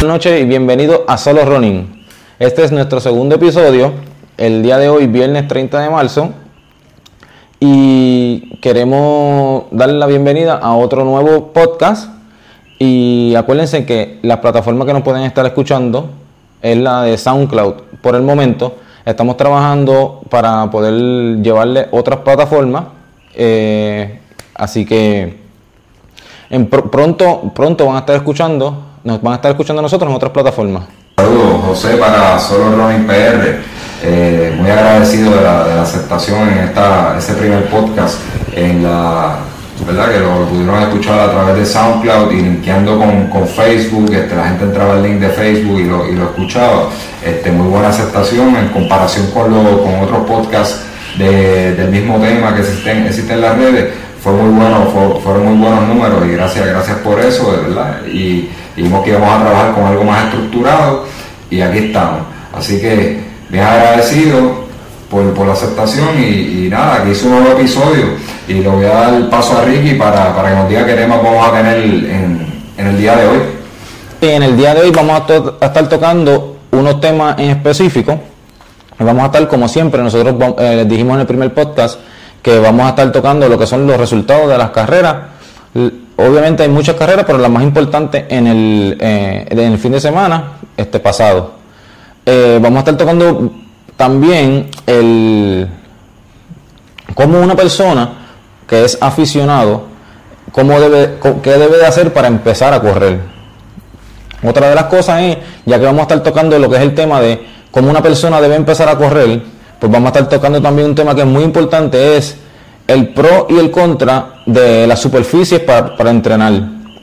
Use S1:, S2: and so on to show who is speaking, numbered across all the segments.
S1: Buenas noches y bienvenido a Solo Running. Este es nuestro segundo episodio, el día de hoy, viernes 30 de marzo. Y queremos darle la bienvenida a otro nuevo podcast. Y acuérdense que la plataforma que nos pueden estar escuchando es la de SoundCloud. Por el momento estamos trabajando para poder llevarle otras plataformas. Así que pronto van a estar escuchando. Nos van a estar escuchando a nosotros en otras plataformas.
S2: Saludos, José, para Solo Running PR. Muy agradecido de la aceptación en ese primer podcast, ¿verdad? Que lo pudieron escuchar a través de SoundCloud y linkeando con Facebook. La gente entraba al link de Facebook y lo escuchaba. Muy buena aceptación en comparación con otros podcasts del mismo tema que existen en las redes. Fueron muy buenos números y gracias por eso, de verdad. Y vimos que íbamos a trabajar con algo más estructurado y aquí estamos. Así que bien agradecido por la aceptación y nada, aquí hice un nuevo episodio y le voy a dar el paso a Ricky para que nos diga qué temas vamos a tener en el día de hoy.
S1: En el día de hoy vamos a estar tocando unos temas en específico. Vamos a estar, como siempre, nosotros les dijimos en el primer podcast que vamos a estar tocando lo que son los resultados de las carreras. Obviamente hay muchas carreras, pero la más importante en el fin de semana pasado. Vamos a estar tocando también cómo una persona que es aficionado, qué debe de hacer para empezar a correr. Otra de las cosas es, ya que vamos a estar tocando lo que es el tema de cómo una persona debe empezar a correr, pues vamos a estar tocando también un tema que es muy importante, es el pro y el contra de las superficies para entrenar.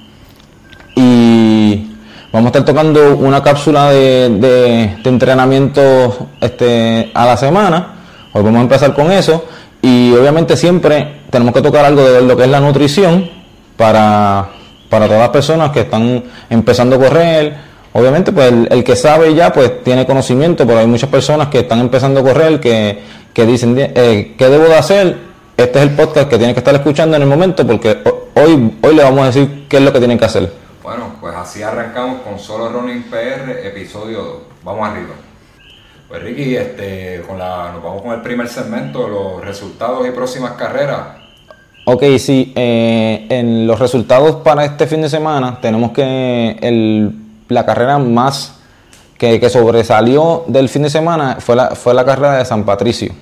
S1: Y vamos a estar tocando una cápsula de entrenamiento a la semana. Hoy vamos a empezar con eso. Y obviamente siempre tenemos que tocar algo de lo que es la nutrición para todas las personas que están empezando a correr. Obviamente pues el que sabe ya pues tiene conocimiento, pero hay muchas personas que están empezando a correr que dicen ¿qué debo de hacer? Este es el podcast que tienen que estar escuchando en el momento, porque hoy le vamos a decir qué es lo que tienen que hacer.
S2: Bueno, pues así arrancamos con Solo Running PR, episodio 2. Vamos arriba. Pues Ricky, nos vamos con el primer segmento, los resultados y próximas carreras.
S1: Ok, sí, en los resultados para este fin de semana tenemos que la carrera más que sobresalió del fin de semana fue la carrera de San Patricio.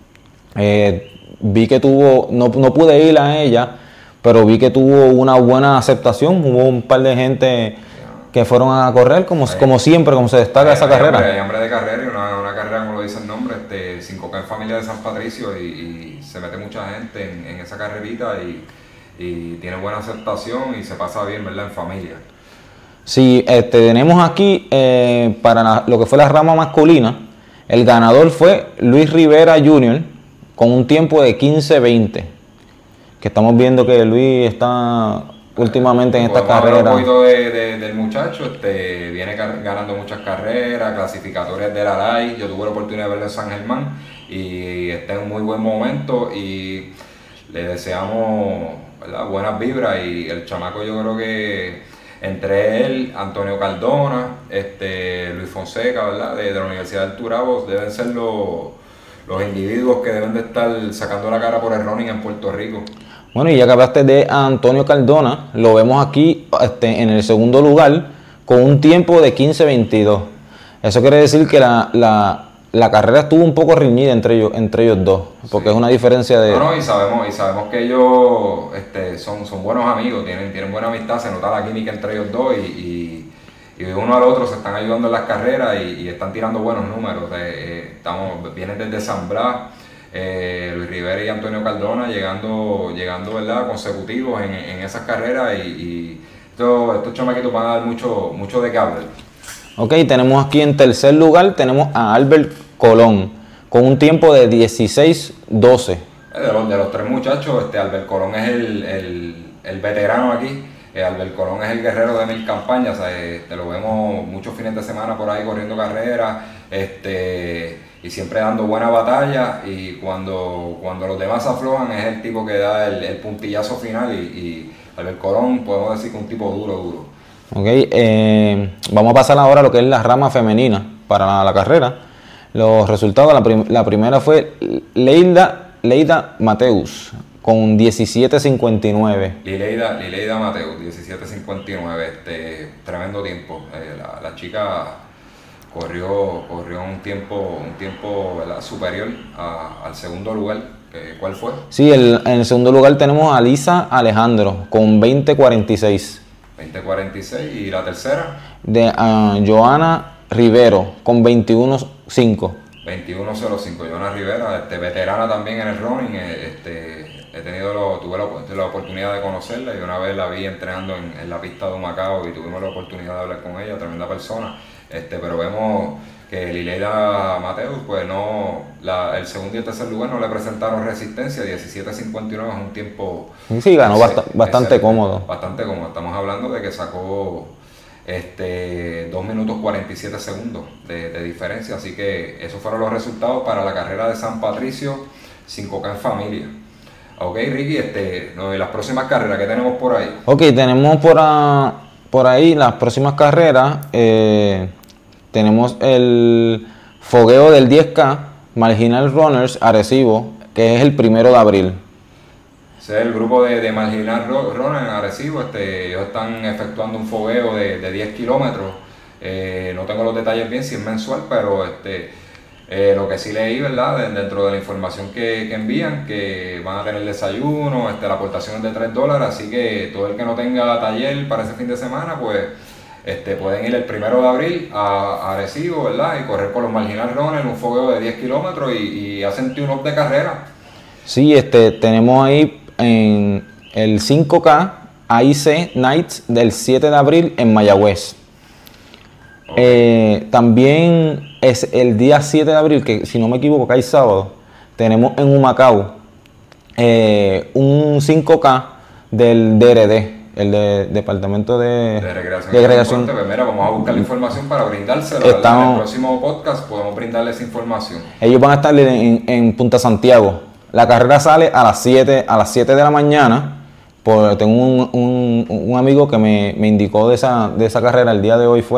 S1: Vi que no pude ir a ella, pero vi que tuvo una buena aceptación. Hubo un par de gente que fueron a correr, como siempre, como se destaca esa carrera.
S2: Hay hambre de carrera y una carrera, como lo dice el nombre, 5K en familia de San Patricio y se mete mucha gente en esa carrerita y tiene buena aceptación y se pasa bien, ¿verdad? En familia.
S1: Sí, tenemos aquí para lo que fue la rama masculina, el ganador fue Luis Rivera Jr. con un tiempo de 15:20, que estamos viendo que Luis está últimamente en esta carrera.
S2: Un poquito del muchacho, viene ganando muchas carreras, clasificatorias del Aray. Yo tuve la oportunidad de verlo en San Germán y está en un muy buen momento y le deseamos, ¿verdad?, buenas vibras. Y el chamaco, yo creo que entre él, Antonio Cardona, Luis Fonseca, ¿verdad?, de la Universidad del Turabo, deben ser los individuos que deben de estar sacando la cara por el running en Puerto Rico.
S1: Bueno, y ya que hablaste de Antonio Cardona, lo vemos aquí en el segundo lugar con un tiempo de 15:22. Eso quiere decir que la carrera estuvo un poco reñida entre ellos dos, porque sí, es una diferencia de...
S2: No, y sabemos que ellos son buenos amigos, tienen buena amistad, se nota la química entre ellos dos y uno al otro se están ayudando en las carreras y están tirando buenos números. Vienen desde San Blas, Luis Rivera y Antonio Cardona llegando, ¿verdad?, consecutivos en esas carreras y estos chamaquitos van a dar mucho de qué hablar.
S1: Ok, tenemos aquí en tercer lugar, tenemos a Albert Colón, con un tiempo de 16:12.
S2: De los tres muchachos, Albert Colón es el veterano aquí. Albert Colón es el guerrero de 1000 campañas, te lo vemos muchos fines de semana por ahí corriendo carreras, y siempre dando buena batalla, y cuando los demás aflojan es el tipo que da el puntillazo final y Albert Colón podemos decir que es un tipo duro.
S1: Ok, vamos a pasar ahora a lo que es la rama femenina para la carrera. Los resultados, la primera fue Leida Mateus con 17.59.
S2: Lileida Mateus, 17.59, tremendo tiempo. La chica corrió un tiempo ¿verdad? Superior al segundo lugar. ¿Cuál fue?
S1: Sí, en el segundo lugar tenemos a Lisa Alejandro con 20.46.
S2: 20.46. ¿Y la tercera?
S1: De Joana Rivero con 21.05.
S2: 21.05. Joana Rivera, veterana también en el running. Tuve la oportunidad de conocerla y una vez la vi entrenando en la pista de Humacao y tuvimos la oportunidad de hablar con ella, tremenda persona. Pero vemos que Lileida Mateus, pues el segundo y el tercer lugar no le presentaron resistencia. 17.59 es un tiempo.
S1: Sí, ganó bastante cómodo.
S2: Bastante cómodo. Estamos hablando de que sacó 2 minutos 47 segundos de diferencia. Así que esos fueron los resultados para la carrera de San Patricio 5K en familia. Ok, Ricky, las próximas carreras que tenemos por ahí.
S1: Ok, tenemos por ahí las próximas carreras. Tenemos el fogueo del 10K, Marginal Runners Arecibo, que es el 1 de abril.
S2: Ese es el grupo de Marginal Runners Arecibo. Ellos están efectuando un fogueo de 10 kilómetros. No tengo los detalles bien si es mensual, pero lo que sí leí, ¿verdad? Dentro de la información que envían, que van a tener desayuno, la aportación es de $3, así que todo el que no tenga taller para ese fin de semana, pues pueden ir el 1 de abril a Arecibo, ¿verdad? Y correr con los Marginal Runners, un fogueo de 10 kilómetros y hacen tune-up de carrera.
S1: Sí, tenemos ahí en el 5K AIC Nights del 7 de abril en Mayagüez. Okay. También es el día 7 de abril, que si no me equivoco cae sábado, tenemos en Humacao un 5K del DRD, el Departamento de Recreación.
S2: Pues mira, vamos a buscar la información para brindársela. En el próximo podcast podemos brindarles esa información.
S1: Ellos van a estar en Punta Santiago. La carrera sale a las 7 de la mañana. Tengo un amigo que me indicó de esa carrera el día de hoy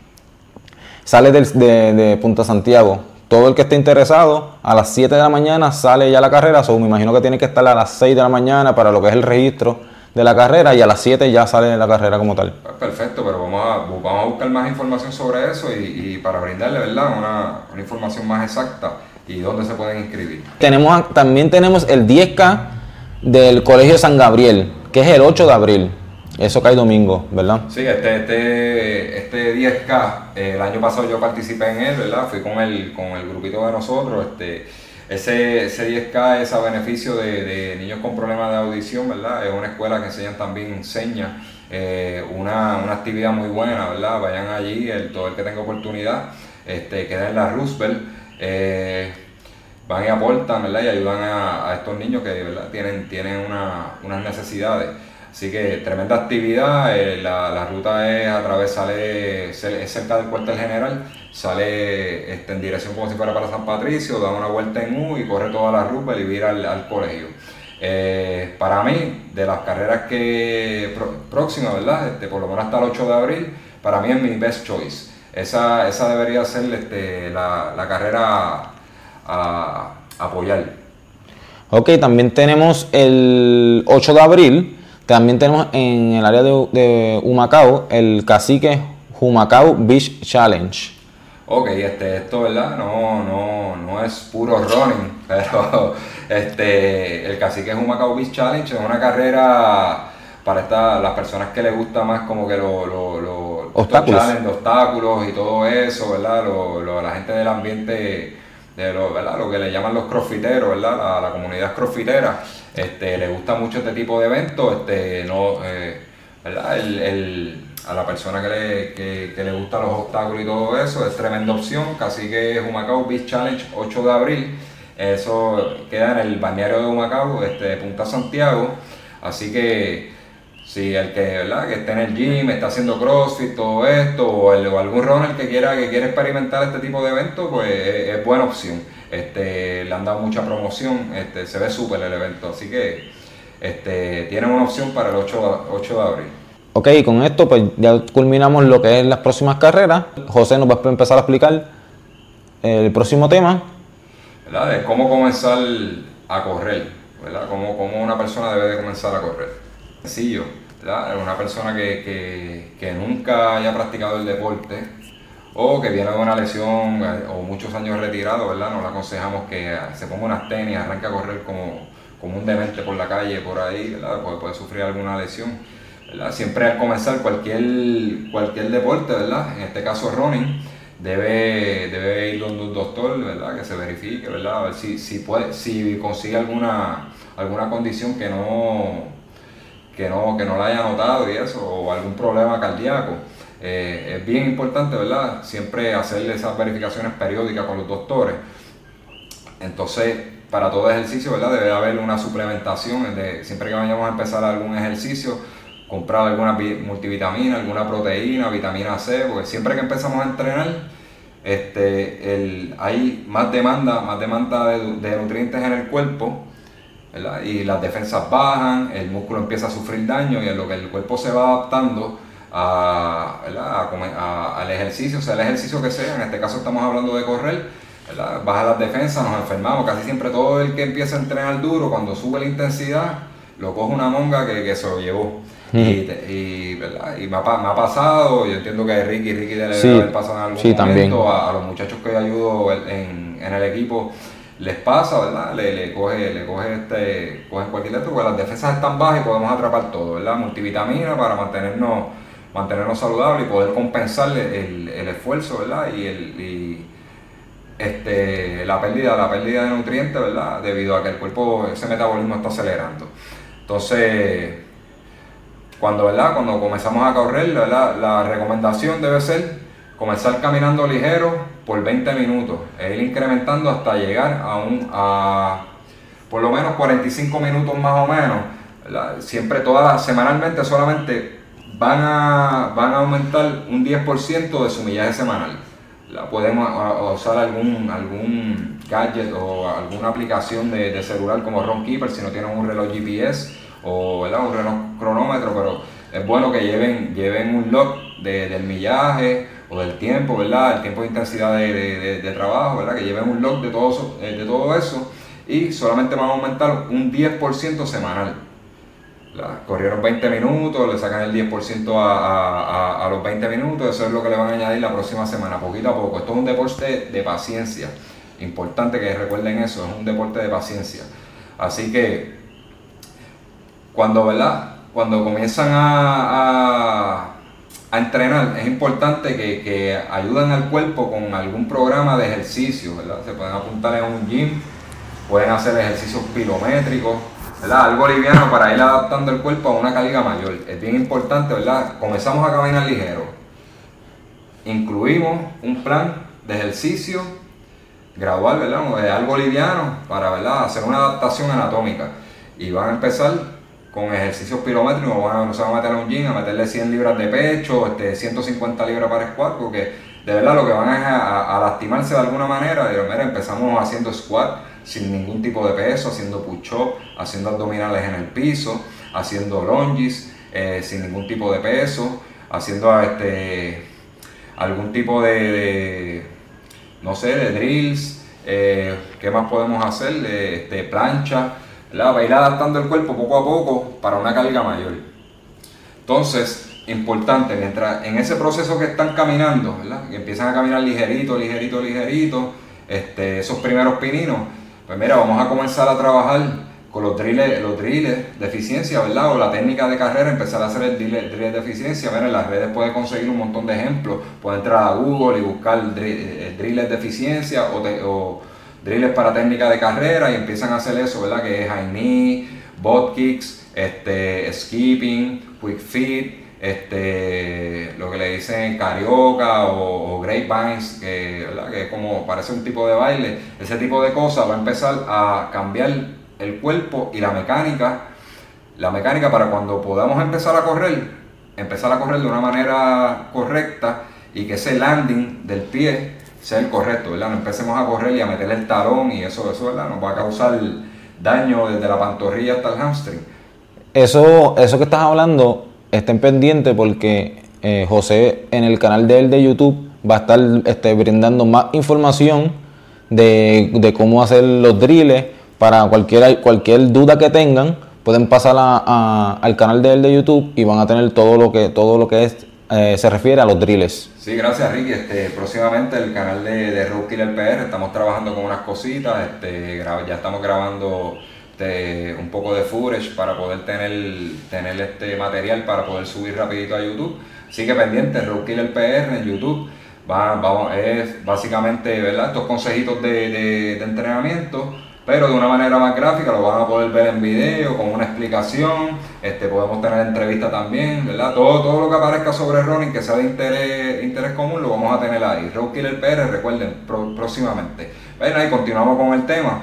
S1: sale de Punta Santiago. Todo el que esté interesado, a las 7 de la mañana sale ya la carrera. Me imagino que tiene que estar a las 6 de la mañana para lo que es el registro de la carrera y a las 7 ya sale la carrera como tal.
S2: Perfecto, pero vamos a buscar más información sobre eso y para brindarle, ¿verdad? Una información más exacta y dónde se pueden inscribir.
S1: También tenemos el 10K del Colegio San Gabriel, que es el 8 de abril. Eso cae domingo, ¿verdad?
S2: Sí, este 10K, el año pasado yo participé en él, ¿verdad? Fui con el grupito de nosotros. Ese 10K es a beneficio de niños con problemas de audición, ¿verdad? Es una escuela que enseñan también señas, una actividad muy buena, ¿verdad? Vayan allí, todo el que tenga oportunidad, queda en la Roosevelt, van y aportan, ¿verdad? Y ayudan a estos niños que, ¿verdad? tienen unas necesidades. Así que tremenda actividad, la ruta es cerca del cuartel general, sale en dirección como si fuera para San Patricio, da una vuelta en U y corre toda la ruta y ir al colegio. Para mí, de las carreras próximas, ¿verdad? Por lo menos hasta el 8 de abril, para mí es mi best choice. Esa debería ser la carrera a apoyar.
S1: Ok, también tenemos el 8 de abril. También tenemos en el área de Humacao el Cacique Humacao Beach Challenge.
S2: Ok, esto, ¿verdad? No es puro running, pero el Cacique Humacao Beach Challenge es una carrera para las personas que les gusta más como que los obstáculos y todo eso, ¿verdad? La gente del ambiente, ¿verdad? Lo que le llaman los crossfiteros, ¿verdad? La comunidad crossfitera. Le gusta mucho este tipo de eventos, ¿verdad? A la persona que le gustan los obstáculos y todo eso, es tremenda opción. Cacique Humacao Beach Challenge, 8 de abril. Eso queda en el balneario de Humacao, Punta Santiago. Así que si el ¿verdad? Que esté en el gym, está haciendo CrossFit, todo esto, o algún runner que quiera experimentar este tipo de eventos, pues es buena opción. Le han dado mucha promoción, se ve súper el evento, así que tienen una opción para el 8 de abril.
S1: Ok, con esto pues ya culminamos lo que es las próximas carreras. José nos va a empezar a explicar el próximo tema.
S2: ¿Verdad? De cómo comenzar a correr, ¿verdad? Cómo una persona debe de comenzar a correr. Sencillo, ¿verdad? Una persona que nunca haya practicado el deporte o que viene de una lesión o muchos años retirado, ¿verdad? Nos le aconsejamos que se ponga unas tenis, arranque a correr como un demente por la calle, por ahí, ¿verdad? Puede sufrir alguna lesión, ¿verdad? Siempre al comenzar cualquier deporte, ¿verdad? En este caso running, debe ir donde un doctor, ¿verdad? Que se verifique, ¿verdad? A ver si consigue alguna condición que no la haya notado y eso, o algún problema cardíaco. Es bien importante, ¿verdad? Siempre hacerle esas verificaciones periódicas con los doctores. Entonces, para todo ejercicio, ¿verdad? Debe haber una suplementación. Siempre que vayamos a empezar algún ejercicio, comprar alguna multivitamina, alguna proteína, vitamina C, porque siempre que empezamos a entrenar, hay más demanda de nutrientes en el cuerpo, ¿verdad? Y las defensas bajan, el músculo empieza a sufrir daño y en lo que el cuerpo se va adaptando al ejercicio, sea el ejercicio que sea. En este caso estamos hablando de correr, ¿verdad? Baja las defensas, nos enfermamos. Casi siempre todo el que empieza a entrenar duro, cuando sube la intensidad, lo coge una monga que se lo llevó. ¿Verdad? Y me ha pasado, yo entiendo que a Ricky debe haber pasado en algún momento,
S1: también.
S2: A los muchachos que ayudo en el equipo les pasa, ¿verdad? Cogen cualquier letra, porque las defensas están bajas y podemos atrapar todo, ¿verdad? Multivitamina para mantenernos saludables y poder compensar el esfuerzo, ¿verdad? Y la pérdida de nutrientes, ¿verdad? Debido a que el cuerpo, ese metabolismo está acelerando. Entonces, cuando comenzamos a correr, ¿verdad? La recomendación debe ser comenzar caminando ligero por 20 minutos e ir incrementando hasta llegar a por lo menos 45 minutos más o menos, ¿verdad? Siempre, semanalmente solamente van a aumentar un 10% de su millaje semanal. Podemos usar algún gadget o alguna aplicación de celular como Runkeeper si no tienen un reloj GPS o, ¿verdad? Un reloj cronómetro, pero es bueno que lleven un log del millaje o del tiempo, ¿verdad? El tiempo de intensidad de trabajo, ¿verdad? Que lleven un log de todo eso y solamente van a aumentar un 10% semanal. Corrieron 20 minutos, le sacan el 10% a los 20 minutos, eso es lo que le van a añadir la próxima semana, poquito a poco. Esto es un deporte de paciencia, importante que recuerden eso, es un deporte de paciencia. Así que cuando comienzan a entrenar, es importante que ayuden al cuerpo con algún programa de ejercicio, ¿verdad? Se pueden apuntar en un gym, pueden hacer ejercicios pilométricos, ¿verdad? Algo liviano para ir adaptando el cuerpo a una carga mayor. Es bien importante, ¿verdad? Comenzamos a caminar ligero. Incluimos un plan de ejercicio gradual, ¿verdad? Algo liviano para, ¿verdad? Hacer una adaptación anatómica. Y van a empezar con ejercicios pirométricos, no se van a meter a un gym a meterle 100 libras de pecho, 150 libras para squat, porque de verdad lo que van a lastimarse de alguna manera. Mira, empezamos haciendo squat sin ningún tipo de peso, haciendo push-up, haciendo abdominales en el piso, haciendo lunges sin ningún tipo de peso, haciendo algún tipo de drills, ¿qué más podemos hacer? Plancha, ¿verdad? Va a ir adaptando el cuerpo poco a poco para una carga mayor. Entonces, importante, mientras en ese proceso que están caminando, ¿verdad? Que empiezan a caminar ligerito, esos primeros pininos, pues mira, vamos a comenzar a trabajar con los drills de eficiencia, ¿verdad? O la técnica de carrera, empezar a hacer el drill de eficiencia. Mira, en las redes puedes conseguir un montón de ejemplos, puedes entrar a Google y buscar drills de eficiencia o drills para técnica de carrera y empiezan a hacer eso, ¿verdad? Que es high knee, butt kicks, skipping, quick feet, lo que le dicen carioca o grapevines, ¿verdad? Que es como parece un tipo de baile. Ese tipo de cosas va a empezar a cambiar el cuerpo y la mecánica para cuando podamos empezar a correr de una manera correcta y que ese landing del pie sea el correcto, ¿verdad? No empecemos a correr y a meterle el talón y eso, ¿verdad? Nos va a causar daño desde la pantorrilla hasta el hamstring.
S1: Eso que estás hablando estén pendientes porque José en el canal de él de YouTube va a estar brindando más información de cómo hacer los drills. Para cualquier duda que tengan, pueden pasar al canal de él de YouTube y van a tener todo lo que es se refiere a los drills.
S2: Sí, gracias Ricky. Próximamente el canal de Road Killer PR, estamos trabajando con unas cositas, ya estamos grabando un poco de footage para poder tener este material para poder subir rapidito a YouTube. Así que pendiente, Road Killer PR en YouTube. Es básicamente, ¿verdad?, estos consejitos de entrenamiento, pero de una manera más gráfica. Lo van a poder ver en video con una explicación. Podemos tener entrevistas también, ¿verdad? Todo lo que aparezca sobre running que sea de interés común lo vamos a tener ahí. Road Killer PR, recuerden, próximamente. Bueno, ahí continuamos con el tema.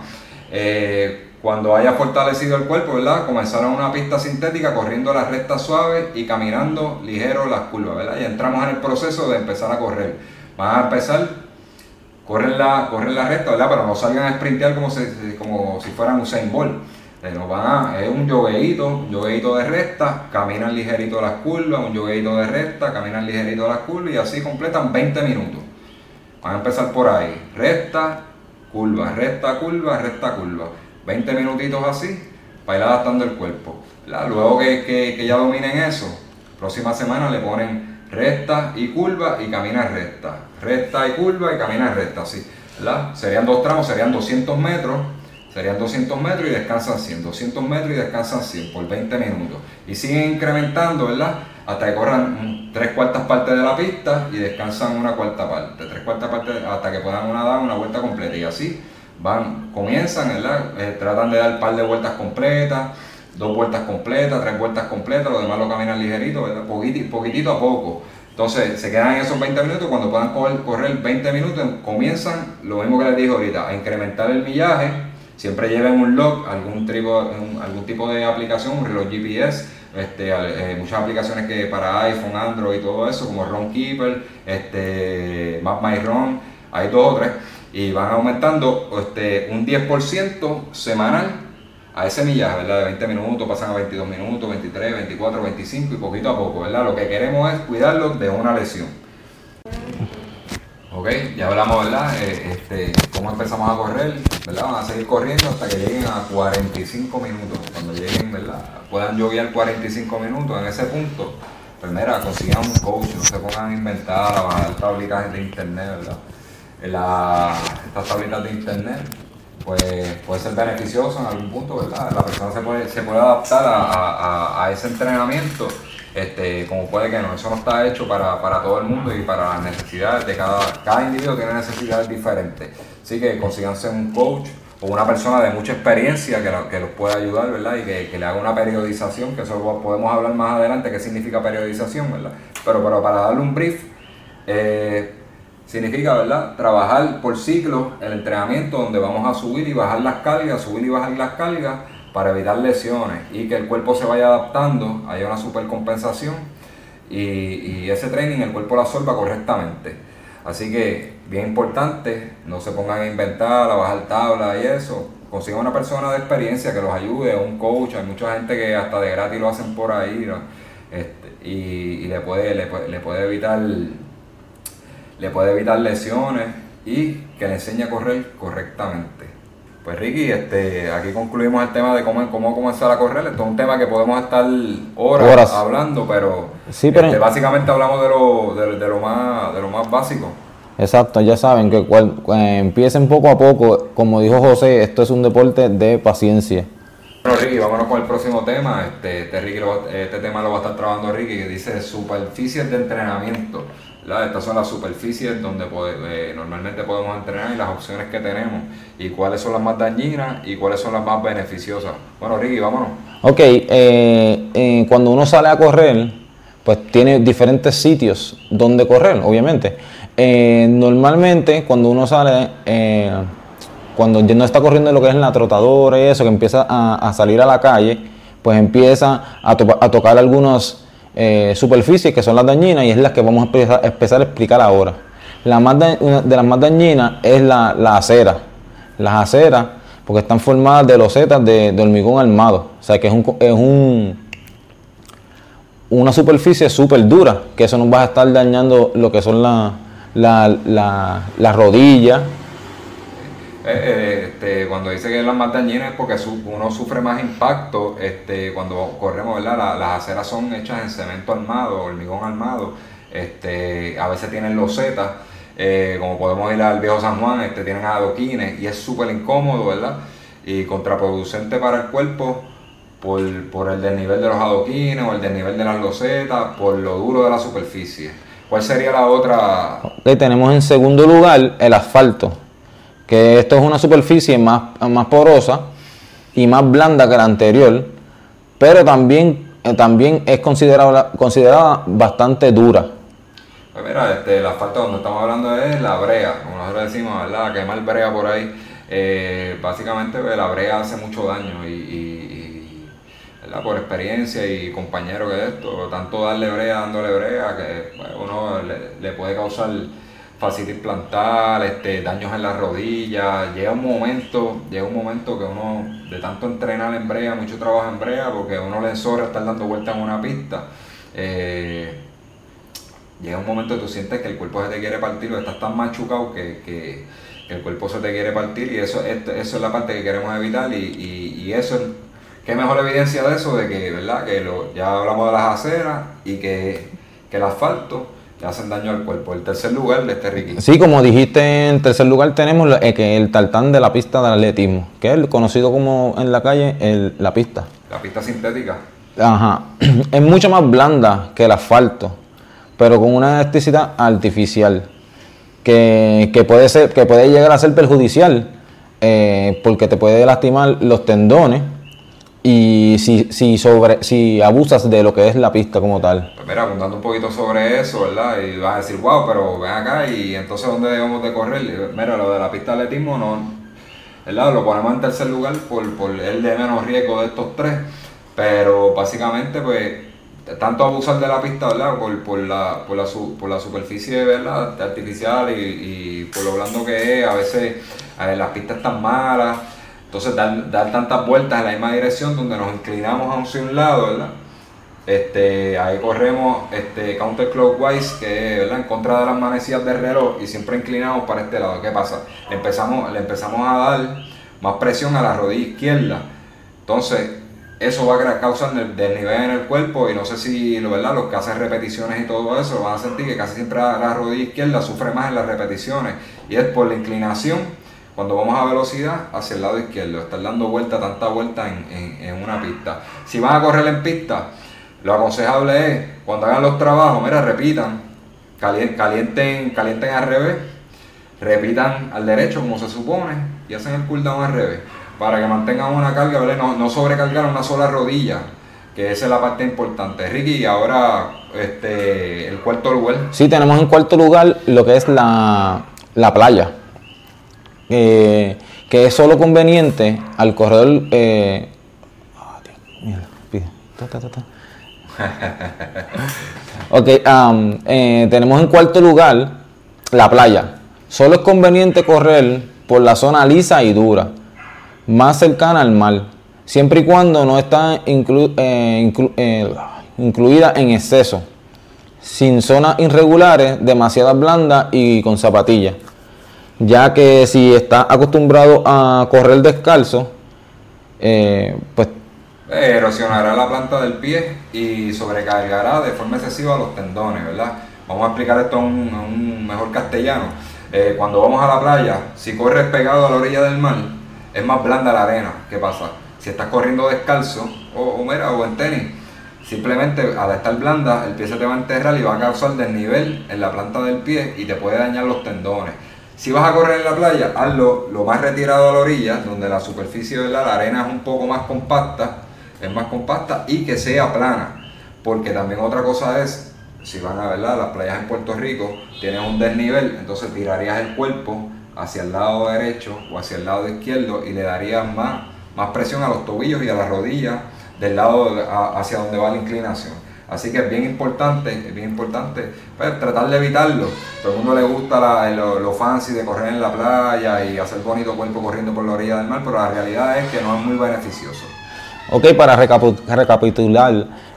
S2: Cuando haya fortalecido el cuerpo, ¿verdad?, comenzar en una pista sintética, corriendo las rectas suaves y caminando ligero las curvas, ¿verdad? Ya entramos en el proceso de empezar a correr. Van a empezar, corren la recta, ¿verdad?, pero no salgan a sprintear como si fueran Usain Bolt. Es un yogueíto de recta, caminan ligerito las curvas, un yogueíto de recta, caminan ligerito las curvas y así completan 20 minutos. Van a empezar por ahí, recta, curva, recta, curva, recta, curva. 20 minutitos así, para ir adaptando el cuerpo, ¿verdad? Luego que ya dominen eso, próxima semana le ponen recta y curva y camina recta. Recta y curva y camina recta, así, ¿verdad? Serían 2 tramos, serían 200 metros y descansan 100. 200 metros y descansan 100 por 20 minutos. Y siguen incrementando, ¿verdad?, hasta que corran 3/4 partes de la pista y descansan 1/4 parte. 3/4 partes hasta que puedan dar una vuelta completa. Y así comienzan, ¿verdad? Tratan de dar un par de vueltas completas, 2 vueltas completas, 3 vueltas completas, lo demás lo caminan ligerito, ¿verdad? Poquitito a poco. Entonces se quedan en esos 20 minutos. Cuando puedan correr 20 minutos, comienzan, lo mismo que les dije ahorita, a incrementar el millaje. Siempre lleven un log, algún tipo de aplicación, un reloj GPS, muchas aplicaciones que para iPhone, Android y todo eso, como Runkeeper, Map My Run, hay 2 o 3. Y van aumentando un 10% semanal a ese millaje, ¿verdad? De 20 minutos pasan a 22 minutos, 23, 24, 25 y poquito a poco, ¿verdad? Lo que queremos es cuidarlos de una lesión. Ok, ya hablamos, ¿verdad? Cómo empezamos a correr, ¿verdad? Van a seguir corriendo hasta que lleguen a 45 minutos. Cuando lleguen, ¿verdad?, puedan joguear 45 minutos. En ese punto, pues mira, consigan un coach, no se pongan a inventar, a bajar tablitas de internet, ¿verdad? Estas tablitas de internet, pues puede ser beneficioso en algún punto, ¿verdad? La persona se puede adaptar a ese entrenamiento, como puede que no. Eso no está hecho para todo el mundo y para las necesidades de cada individuo tiene necesidades diferentes. Así que consíganse un coach o una persona de mucha experiencia que los pueda ayudar, ¿verdad? Y que le haga una periodización, que eso podemos hablar más adelante, qué significa periodización, ¿verdad? Pero para darle un brief, significa, ¿verdad?, trabajar por ciclos el entrenamiento, donde vamos a subir y bajar las cargas para evitar lesiones y que el cuerpo se vaya adaptando, haya una supercompensación y ese training el cuerpo lo absorba correctamente. Así que, bien importante, no se pongan a inventar, a bajar tablas y eso. Consigan una persona de experiencia que los ayude, un coach. Hay mucha gente que hasta de gratis lo hacen por ahí, ¿no? Y le puede evitar lesiones y que le enseñe a correr correctamente. Pues Ricky, aquí concluimos el tema de cómo comenzar a correr. Esto es un tema que podemos estar horas hablando, pero, sí, pero básicamente hablamos de lo más básico.
S1: Exacto, ya saben que empiecen poco a poco. Como dijo José, esto es un deporte de paciencia.
S2: Bueno, Ricky, vámonos con el próximo tema. Este tema lo va a estar trabajando Ricky, que dice superficies de entrenamiento. Estas son las superficies donde normalmente podemos entrenar y las opciones que tenemos y cuáles son las más dañinas y cuáles son las más beneficiosas. Bueno, Ricky, vámonos.
S1: Ok, cuando uno sale a correr, pues tiene diferentes sitios donde correr, obviamente. Normalmente cuando uno sale, cuando ya no está corriendo lo que es en la trotadora y eso, que empieza a salir a la calle, pues empieza a tocar algunos superficies que son las dañinas y es las que vamos a empezar a explicar ahora. Una de las más dañinas es la acera. Las aceras, porque están formadas de losetas de hormigón armado, o sea que es una superficie súper dura, que eso nos va a estar dañando lo que son las rodillas.
S2: Cuando dice que es las más dañinas es porque uno sufre más impacto cuando corremos, ¿verdad? Las aceras son hechas en cemento armado, hormigón armado, a veces tienen losetas, como podemos ir al viejo San Juan, tienen adoquines y es súper incómodo, ¿verdad? Y contraproducente para el cuerpo por el desnivel de los adoquines o el desnivel de las losetas, por lo duro de la superficie. ¿Cuál sería la otra?
S1: Okay, tenemos en segundo lugar el asfalto, que esto es una superficie más porosa y más blanda que la anterior, pero también es considerada bastante dura.
S2: Pues mira, el asfalto donde estamos hablando es la brea, como nosotros decimos, ¿verdad? Quemar brea por ahí. Básicamente pues, la brea hace mucho daño y ¿verdad? Por experiencia y compañero que esto, tanto dándole brea, que pues, uno le puede causar fascitis plantar, daños en las rodillas. Llega un momento que uno, de tanto entrenar en brea, mucho trabajo en brea, porque uno le enzorra estar dando vueltas en una pista, llega un momento que tú sientes que el cuerpo se te quiere partir o estás tan machucado que el cuerpo se te quiere partir, y eso es la parte que queremos evitar, y eso es, ¿qué mejor evidencia de eso? De que, ¿verdad? Ya hablamos de las aceras y que el asfalto le hacen daño al cuerpo. El tercer lugar de Ricky.
S1: Sí, como dijiste, en tercer lugar tenemos que el tartán de la pista de atletismo, que es conocido como en la calle la pista.
S2: La pista sintética.
S1: Ajá. Es mucho más blanda que el asfalto, pero con una elasticidad artificial que puede llegar a ser perjudicial, porque te puede lastimar los tendones y si abusas de lo que es la pista como tal.
S2: Pues mira, apuntando un poquito sobre eso, ¿verdad? Y vas a decir, wow, pero ven acá, y entonces ¿dónde debemos de correr? Mira, lo de la pista de atletismo no, ¿verdad? Lo ponemos en tercer lugar por el de menos riesgo de estos tres, pero básicamente pues tanto abusar de la pista, ¿verdad? Por la superficie, ¿verdad? Artificial y por lo blando que es, a veces las pistas están malas. Entonces dar tantas vueltas en la misma dirección donde nos inclinamos hacia un lado, ¿verdad? Ahí corremos counterclockwise, que ¿verdad? En contra de las manecillas del reloj, y siempre inclinamos para este lado. ¿Qué pasa? Le empezamos a dar más presión a la rodilla izquierda. Entonces eso va a causar desnivel en el cuerpo, y no sé si ¿verdad? Los que hacen repeticiones y todo eso van a sentir que casi siempre la rodilla izquierda sufre más en las repeticiones, y es por la inclinación. Cuando vamos a velocidad hacia el lado izquierdo, estar dando tanta vuelta en una pista. Si van a correr en pista, lo aconsejable es, cuando hagan los trabajos, mira, repitan, calienten al revés, repitan al derecho como se supone, y hacen el cooldown al revés, para que mantengan una carga, ¿verdad? No sobrecargar una sola rodilla, que esa es la parte importante. Ricky, y ahora el cuarto lugar.
S1: Sí, tenemos en cuarto lugar lo que es la playa. Que es solo conveniente al corredor. Tenemos en cuarto lugar la playa. Solo es conveniente correr por la zona lisa y dura, más cercana al mar, siempre y cuando no está incluida en exceso, sin zonas irregulares, demasiadas blandas y con zapatillas. Ya que si está acostumbrado a correr descalzo, pues
S2: erosionará la planta del pie y sobrecargará de forma excesiva los tendones, ¿verdad? Vamos a explicar esto en un mejor castellano. Cuando vamos a la playa, si corres pegado a la orilla del mar, es más blanda la arena. ¿Qué pasa? Si estás corriendo descalzo o en tenis, simplemente al estar blanda, el pie se te va a enterrar y va a causar desnivel en la planta del pie y te puede dañar los tendones. Si vas a correr en la playa, hazlo lo más retirado a la orilla, donde la superficie de la arena es un poco más compacta, y que sea plana. Porque también otra cosa es, si van a ver las playas en Puerto Rico, tienes un desnivel, entonces tirarías el cuerpo hacia el lado derecho o hacia el lado izquierdo y le darías más presión a los tobillos y a las rodillas del lado hacia donde va la inclinación. Así que es bien importante pues, tratar de evitarlo. Todo el mundo le gusta lo fancy de correr en la playa y hacer bonito cuerpo corriendo por la orilla del mar, pero la realidad es que no es muy beneficioso.
S1: Ok, para recapitular,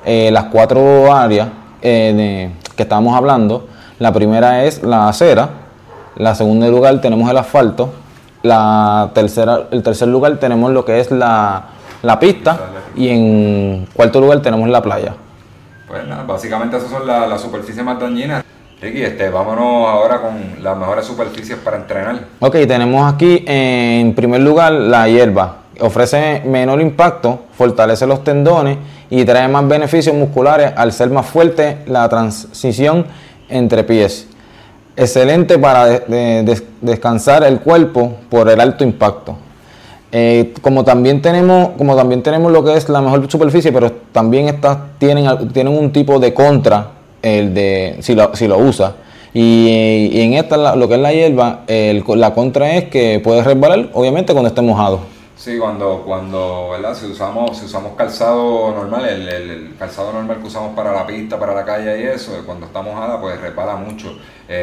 S1: las 4 áreas que estábamos hablando. La primera es la acera, la segunda lugar tenemos el asfalto, el tercer lugar tenemos lo que es la pista y en cuarto lugar tenemos la playa.
S2: Pues nada, básicamente esas son las superficies más dañinas. Ricky, vámonos ahora con las mejores superficies para entrenar.
S1: Ok, tenemos aquí en primer lugar la hierba. Ofrece menor impacto, fortalece los tendones y trae más beneficios musculares al ser más fuerte la transición entre pies. Excelente para descansar el cuerpo por el alto impacto. Como también tenemos lo que es la mejor superficie, pero también estas tienen un tipo de contra, si lo usas. Y en esta, lo que es la hierba, la contra es que puedes resbalar, obviamente, cuando esté mojado.
S2: Sí, cuando ¿verdad? Si usamos calzado normal, el calzado normal que usamos para la pista, para la calle y eso, cuando está mojada, pues resbala mucho.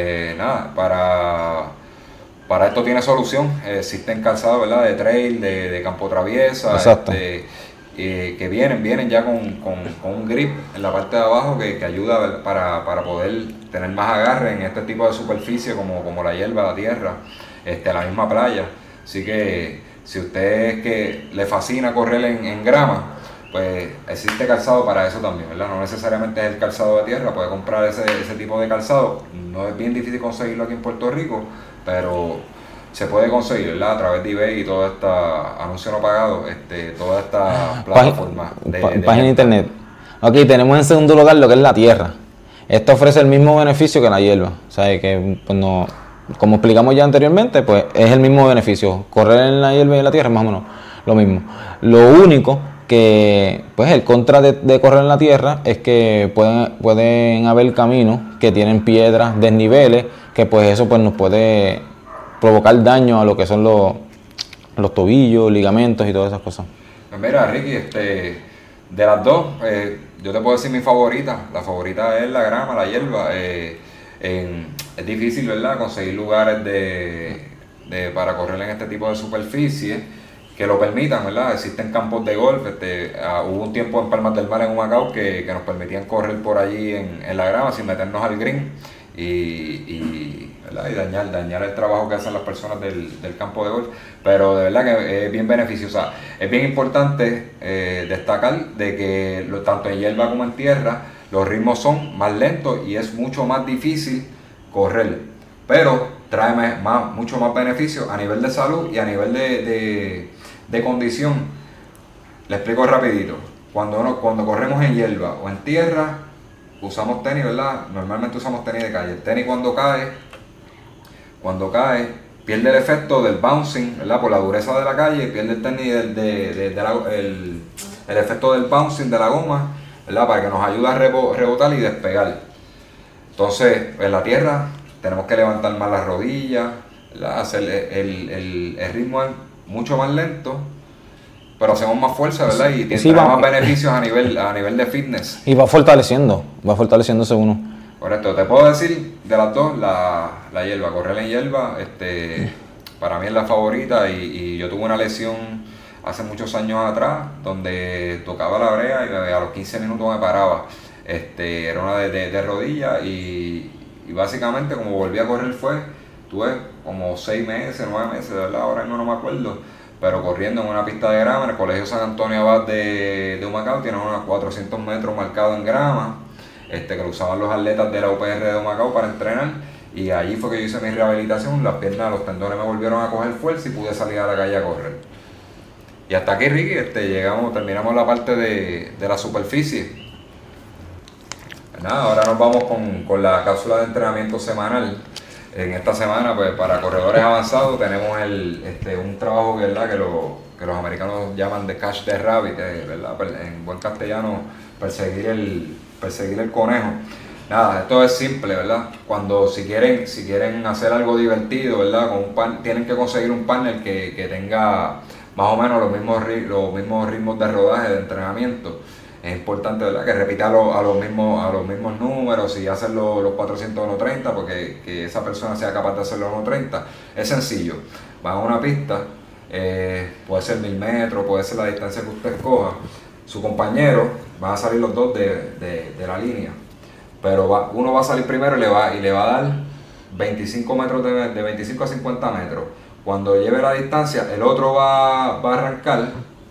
S2: Para esto tiene solución. Existen calzados, ¿verdad? De trail, de campo traviesa, que vienen ya con un grip en la parte de abajo que ayuda, ¿verdad? para poder tener más agarre en este tipo de superficie como la hierba, la tierra, la misma playa. Así que si usted es que le fascina correr en grama, pues existe calzado para eso también, ¿verdad? No necesariamente es el calzado de tierra, puede comprar ese tipo de calzado. No es bien difícil conseguirlo aquí en Puerto Rico, pero se puede conseguir, ¿verdad? A través de eBay y toda esta anuncio no pagado, toda esta plataforma
S1: página de internet. Ok, tenemos en segundo lugar lo que es la tierra. Esta ofrece el mismo beneficio que la hierba, o sea que pues no, como explicamos ya anteriormente, pues es el mismo beneficio. Correr en la hierba y en la tierra es más o menos lo mismo. Lo único que, pues el contra de correr en la tierra es que pueden haber caminos que tienen piedras, desniveles, que pues eso pues nos puede provocar daño a lo que son los tobillos, ligamentos y todas esas cosas.
S2: Pues mira, Ricky, de las dos, yo te puedo decir mi favorita. La favorita es la grama, la hierba. Es difícil, ¿verdad?, conseguir lugares para correr en este tipo de superficie que lo permitan, ¿verdad? Existen campos de golf. Hubo un tiempo en Palmas del Mar, en Humacao, que nos permitían correr por allí en la grama sin meternos al green ¿verdad? Y dañar el trabajo que hacen las personas del campo de golf. Pero de verdad que es bien beneficiosa. Es bien importante destacar de que tanto en hierba como en tierra los ritmos son más lentos y es mucho más difícil correr, pero trae mucho más beneficios a nivel de salud y a nivel de condición. Le explico rapidito. Cuando corremos en hierba o en tierra, usamos tenis, ¿verdad? Normalmente usamos tenis de calle. El tenis cuando cae, pierde el efecto del bouncing, ¿verdad? Por la dureza de la calle, pierde el tenis el efecto del bouncing de la goma, ¿verdad? Para que nos ayude a rebotar y despegar. Entonces, en la tierra tenemos que levantar más las rodillas, ¿verdad? Hacer el ritmo es mucho más lento, pero hacemos más fuerza, ¿verdad? Y tiene más beneficios a nivel de fitness.
S1: Y va fortaleciéndose uno.
S2: Correcto, te puedo decir de las dos, la hierba, correr en hierba, para mí es la favorita y yo tuve una lesión hace muchos años atrás donde tocaba la brea y a los 15 minutos me paraba. Era una de rodilla y básicamente como volví a correr tuve como 6 meses, 9 meses, de verdad, ahora no me acuerdo, pero corriendo en una pista de grama en el Colegio San Antonio Abad de Humacao. Tiene unos 400 metros marcados en grama, que lo usaban los atletas de la UPR de Humacao para entrenar, y allí fue que yo hice mi rehabilitación. Las piernas, los tendones me volvieron a coger fuerza y pude salir a la calle a correr. Y hasta aquí, Ricky, terminamos la parte de la superficie. Nada, ahora nos vamos con la cápsula de entrenamiento semanal. En esta semana, pues para corredores avanzados tenemos un trabajo, ¿verdad?, que los americanos llaman de catch the rabbit, ¿verdad? En buen castellano, perseguir el conejo. Nada, esto es simple, ¿verdad? Si quieren hacer algo divertido, ¿verdad?, tienen que conseguir un partner que tenga más o menos los mismos ritmos de rodaje, de entrenamiento. Es importante, ¿verdad?, que repita a los mismos números y hacer los 400 1.30, porque que esa persona sea capaz de hacerlo 1.30. Es sencillo. Van a una pista, puede ser 1000 metros, puede ser la distancia que usted escoja. su compañero, van a salir los dos de la línea, pero uno va a salir primero y le va a dar 25 metros de 25 a 50 metros. Cuando lleve la distancia, el otro va a arrancar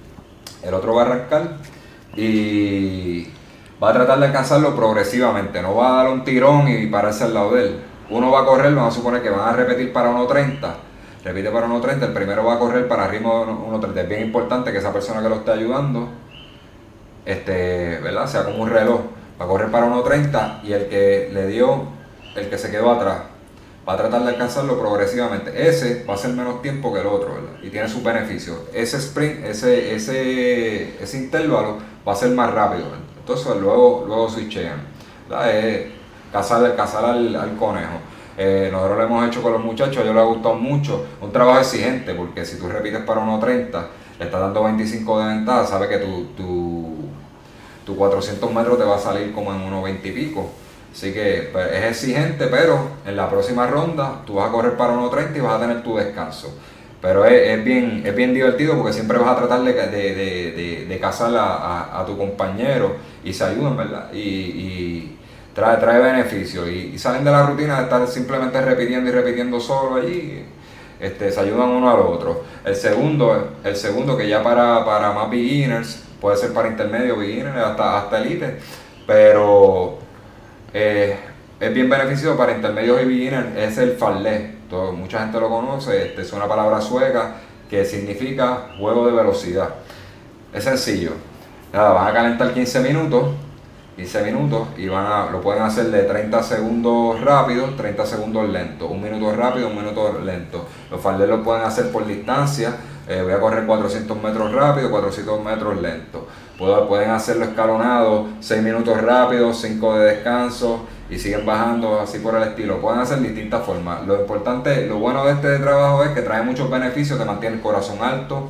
S2: y va a tratar de alcanzarlo progresivamente, no va a dar un tirón y pararse al lado de él. Uno va a correr, vamos a suponer que van a repetir para 1.30, repite para 1.30, el primero va a correr para ritmo de 1.30. Es bien importante que esa persona que lo esté ayudando, ¿verdad?, sea como un reloj, va a correr para 1.30 y el que se quedó atrás, va a tratar de alcanzarlo progresivamente. Ese va a ser menos tiempo que el otro, ¿verdad? Y tiene sus beneficios. Ese sprint, ese intervalo va a ser más rápido, ¿verdad? Entonces luego switchean, ¿verdad? Es cazar al conejo. Nosotros lo hemos hecho con los muchachos, a ellos les ha gustado mucho. Un trabajo exigente, porque si tú repites para 1.30, le estás dando 25 de ventaja, sabes que tu 400 metros te va a salir como en 1.20 y pico. Así que pues, es exigente, pero en la próxima ronda tú vas a correr para 1.30 y vas a tener tu descanso. Pero es bien divertido porque siempre vas a tratar de cazar a tu compañero y se ayudan, ¿verdad? Y trae beneficios y salen de la rutina de estar simplemente repitiendo y repitiendo solo allí. Se ayudan uno al otro. El segundo que ya para más beginners, puede ser para intermedio, beginners, hasta elite, pero es bien beneficioso para intermedios y beginners, es el fartlek. Mucha gente lo conoce, es una palabra sueca que significa juego de velocidad. Es sencillo, nada, van a calentar 15 minutos y lo pueden hacer de 30 segundos rápidos, 30 segundos lentos, 1 minuto rápido, 1 minuto lento. Los fartlek lo pueden hacer por distancia, voy a correr 400 metros rápido, 400 metros lento. Pueden hacerlo escalonado, 6 minutos rápidos, 5 de descanso y siguen bajando así por el estilo. Pueden hacer distintas formas. Lo bueno de este trabajo es que trae muchos beneficios, te mantiene el corazón alto,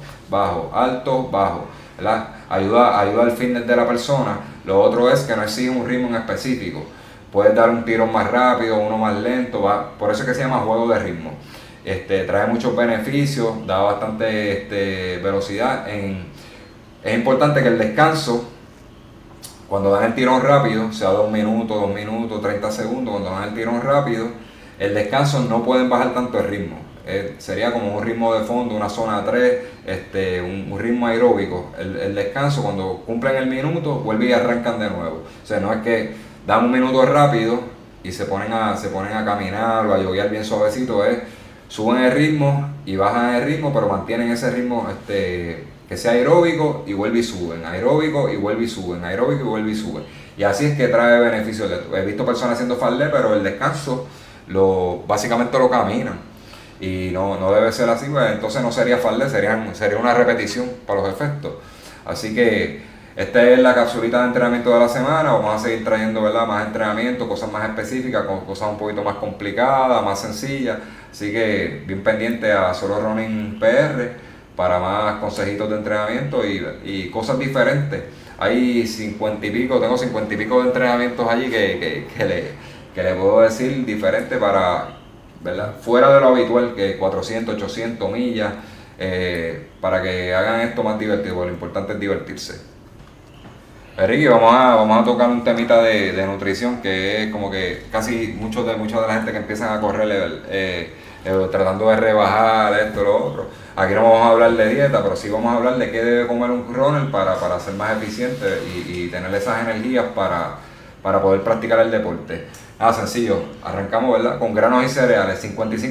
S2: bajo, ¿verdad? Ayuda al fitness de la persona. Lo otro es que no exige un ritmo en específico. Puedes dar un tiro más rápido, uno más lento, por eso es que se llama juego de ritmo. Trae muchos beneficios, da bastante velocidad. Es importante que el descanso, cuando dan el tirón rápido, sea 2 minutos, 30 segundos, cuando dan el tirón rápido, el descanso no pueden bajar tanto el ritmo. Sería como un ritmo de fondo, una zona 3, un ritmo aeróbico. El descanso, cuando cumplen el minuto, vuelven y arrancan de nuevo. O sea, no es que dan 1 minuto rápido y se ponen a caminar o a joguear bien suavecito, suben el ritmo y bajan el ritmo, pero mantienen ese ritmo que sea aeróbico y vuelve y suben, aeróbico y vuelve y suben, aeróbico y vuelve y suben. Y así es que trae beneficios. He visto personas haciendo fartlek, pero el descanso básicamente lo caminan. Y no debe ser así, pues entonces no sería fartlek, sería una repetición para los efectos. Así que esta es la capsulita de entrenamiento de la semana. Vamos a seguir trayendo, ¿verdad?, más entrenamiento, cosas más específicas, cosas un poquito más complicadas, más sencillas. Así que bien pendiente a Solo Running PR para más consejitos de entrenamiento y cosas diferentes. Hay 50 y pico, tengo 50 y pico de entrenamientos allí que le puedo decir diferente para, ¿verdad?, fuera de lo habitual, que 400, 800 millas, para que hagan esto más divertido, porque lo importante es divertirse. Ricky, vamos a tocar un temita de nutrición, que es como que casi mucha de la gente que empiezan a correr tratando de rebajar esto, lo otro. Aquí no vamos a hablar de dieta, pero sí vamos a hablar de qué debe comer un runner para ser más eficiente y tener esas energías para poder practicar el deporte. Nada, sencillo, arrancamos, ¿verdad?, con granos y cereales.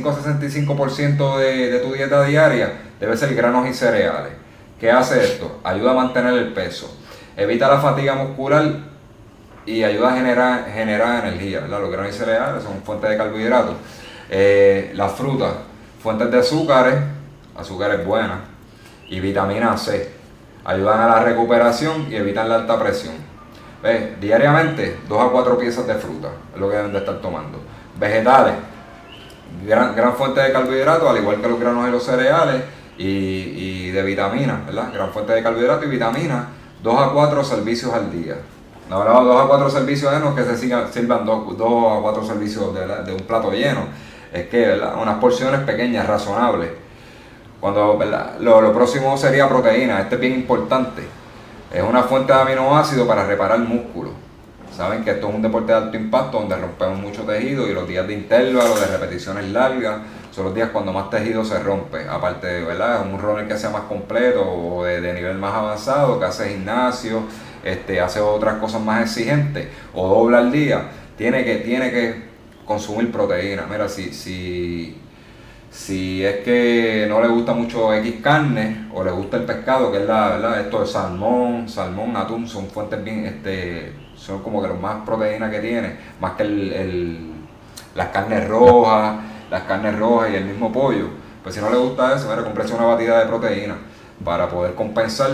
S2: 55-65% de tu dieta diaria debe ser granos y cereales. ¿Qué hace esto? Ayuda a mantener el peso, evita la fatiga muscular y ayuda a generar energía, ¿verdad? Los granos y cereales son fuentes de carbohidratos. Las frutas, fuentes de azúcares buenas, y vitamina C, ayudan a la recuperación y evitan la alta presión. Diariamente 2 a 4 piezas de fruta es lo que deben de estar tomando. Vegetales, gran fuente de carbohidratos, al igual que los granos y los cereales, y de vitaminas, ¿verdad? Gran fuente de carbohidratos y vitaminas, 2 a 4 servicios al día. No hablamos 2 a 4 servicios llenos, que se sirvan 2 a 4 servicios de un plato lleno. Es que, ¿verdad?, unas porciones pequeñas, razonables. Cuando, ¿verdad?, lo próximo sería proteína. Este es bien importante. Es una fuente de aminoácidos para reparar músculos. Saben que esto es un deporte de alto impacto donde rompemos mucho tejido y los días de intervalo, de repeticiones largas, son los días cuando más tejido se rompe. Aparte de, ¿verdad?, un runner que sea más completo o de nivel más avanzado, que hace gimnasio, hace otras cosas más exigentes o dobla al día, tiene que consumir proteína. Mira, si es que no le gusta mucho X carne o le gusta el pescado, que es ¿verdad?, esto de salmón, atún, son fuentes bien, son como que los más proteínas que tiene, más que las carnes rojas y el mismo pollo. Pues si no le gusta eso, mira, cómprese una batida de proteína para poder compensar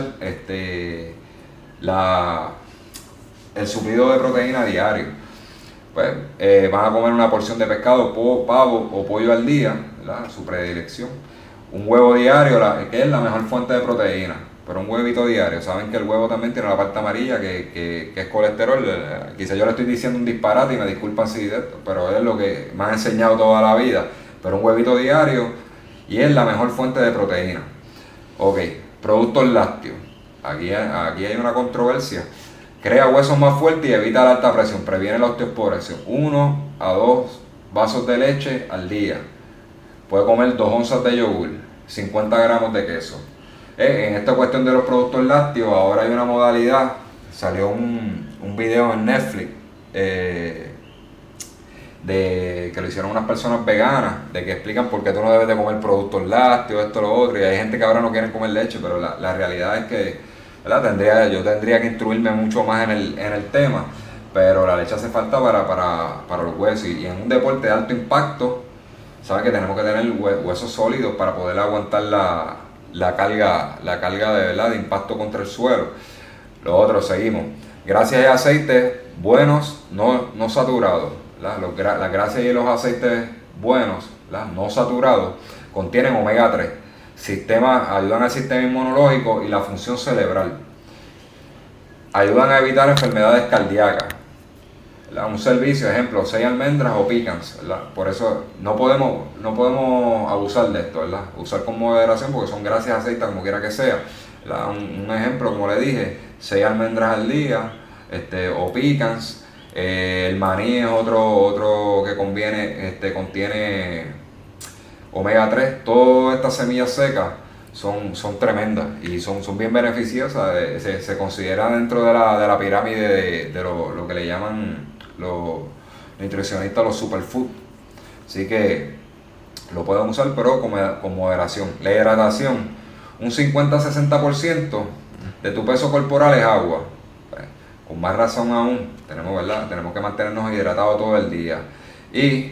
S2: el suplido de proteína diario. Pues van a comer una porción de pescado, pavo o pollo al día, ¿verdad?, su predilección. Un huevo diario, que es la mejor fuente de proteína, pero un huevito diario. Saben que el huevo también tiene la parte amarilla que es colesterol. Quizá yo le estoy diciendo un disparate y me disculpan si de esto, pero es lo que me han enseñado toda la vida. Pero un huevito diario y es la mejor fuente de proteína. Ok, productos lácteos. Aquí hay una controversia. Crea huesos más fuertes y evita la alta presión. Previene la osteoporosis. 1 a 2 vasos de leche al día. Puede comer 2 onzas de yogur, 50 gramos de queso. En esta cuestión de los productos lácteos, ahora hay una modalidad. Salió un video en Netflix que lo hicieron unas personas veganas, de que explican por qué tú no debes de comer productos lácteos, esto, lo otro. Y hay gente que ahora no quiere comer leche, pero la realidad es que, ¿verdad?, yo tendría que instruirme mucho más en el tema, pero la leche hace falta para los huesos. Y en un deporte de alto impacto, saben que tenemos que tener huesos sólidos para poder aguantar la carga de, ¿verdad?, de impacto contra el suelo. Lo otro, seguimos. Grasas y aceites buenos, no saturados. Las grasas y los aceites buenos, no saturados, contienen omega 3. Ayudan al sistema inmunológico y la función cerebral. Ayudan a evitar enfermedades cardíacas. Un servicio, ejemplo, 6 almendras o pecans, ¿verdad? Por eso no podemos abusar de esto, ¿verdad? Usar con moderación porque son grasas y aceites como quiera que sea. Un ejemplo, como le dije, 6 almendras al día, o pecans. El maní es otro que contiene omega 3. Todas estas semillas secas son tremendas y son bien beneficiosas. Se considera dentro de la pirámide de lo que le llaman los nutricionistas los superfoods. Así que lo pueden usar, pero con moderación. La hidratación, un 50-60% de tu peso corporal es agua. Con más razón aún, tenemos que mantenernos hidratados todo el día. Y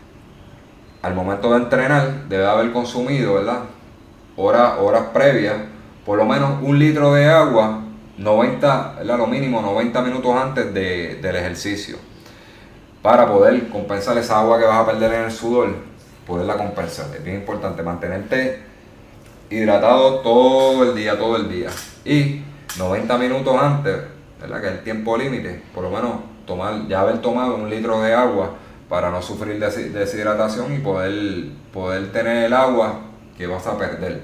S2: al momento de entrenar, debe haber consumido, ¿verdad?, horas previas, por lo menos 1 litro de agua, 90, ¿verdad?, lo mínimo 90 minutos antes del ejercicio, para poder compensar esa agua que vas a perder en el sudor, poderla compensar. Es bien importante mantenerte hidratado todo el día. Y 90 minutos antes, ¿verdad?, que es el tiempo límite, por lo menos haber tomado 1 litro de agua para no sufrir deshidratación y poder tener el agua que vas a perder.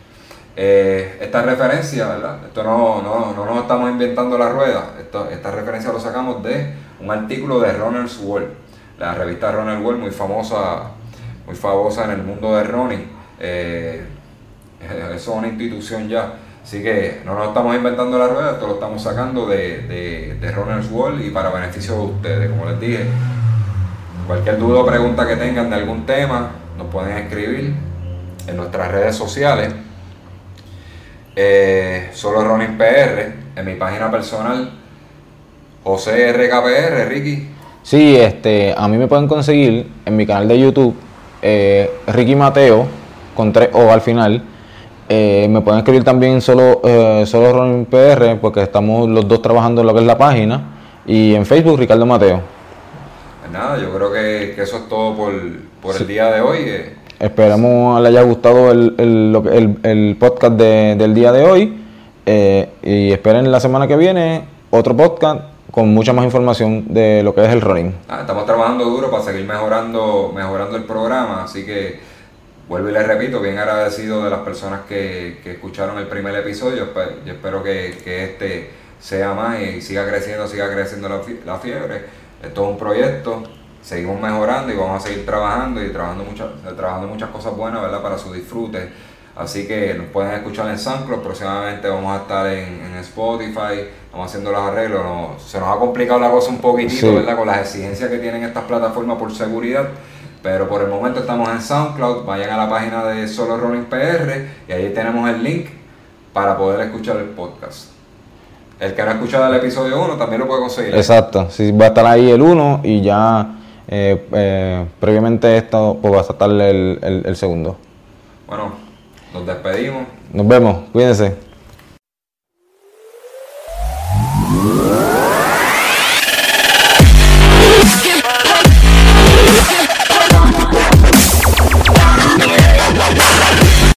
S2: Esta referencia, ¿verdad?, esto no nos estamos inventando la rueda. Esta referencia lo sacamos de un artículo de Runner's World, la revista Runner's World, muy famosa en el mundo de running. Eso es una institución ya. Así que no nos estamos inventando la rueda, esto lo estamos sacando de Runner's World y para beneficio de ustedes. Como les dije, cualquier duda o pregunta que tengan de algún tema, nos pueden escribir en nuestras redes sociales. Solo Running PR, en mi página personal, José RKPR, Ricky.
S1: Sí, a mí me pueden conseguir en mi canal de YouTube, Ricky Mateo, con 3 O al final. Me pueden escribir también solo Running PR, porque estamos los dos trabajando en lo que es la página. Y en Facebook, Ricardo Mateo.
S2: Pues nada, yo creo que eso es todo por el día de hoy.
S1: Esperamos le haya gustado el podcast del día de hoy. Y esperen la semana que viene otro podcast con mucha más información de lo que es el running.
S2: Estamos trabajando duro para seguir mejorando el programa, así que vuelvo y les repito, bien agradecido de las personas que escucharon el primer episodio. Yo espero que este sea más y siga creciendo la fiebre. Esto es un proyecto, seguimos mejorando y vamos a seguir trabajando y trabajando muchas cosas buenas, ¿verdad? Para su disfrute. Así que nos pueden escuchar en SoundCloud, próximamente vamos a estar en Spotify, estamos haciendo los arreglos, se nos ha complicado la cosa un poquitito, sí, ¿verdad? Con las exigencias que tienen estas plataformas por seguridad, pero por el momento estamos en SoundCloud. Vayan a la página de Solo Running PR y ahí tenemos el link para poder escuchar el podcast. El que no ha escuchado el episodio 1 también lo puede conseguir.
S1: Exacto, sí, va a estar ahí el 1 y ya previamente esto pues va a estar el segundo.
S2: Bueno, nos despedimos.
S1: Nos vemos, cuídense.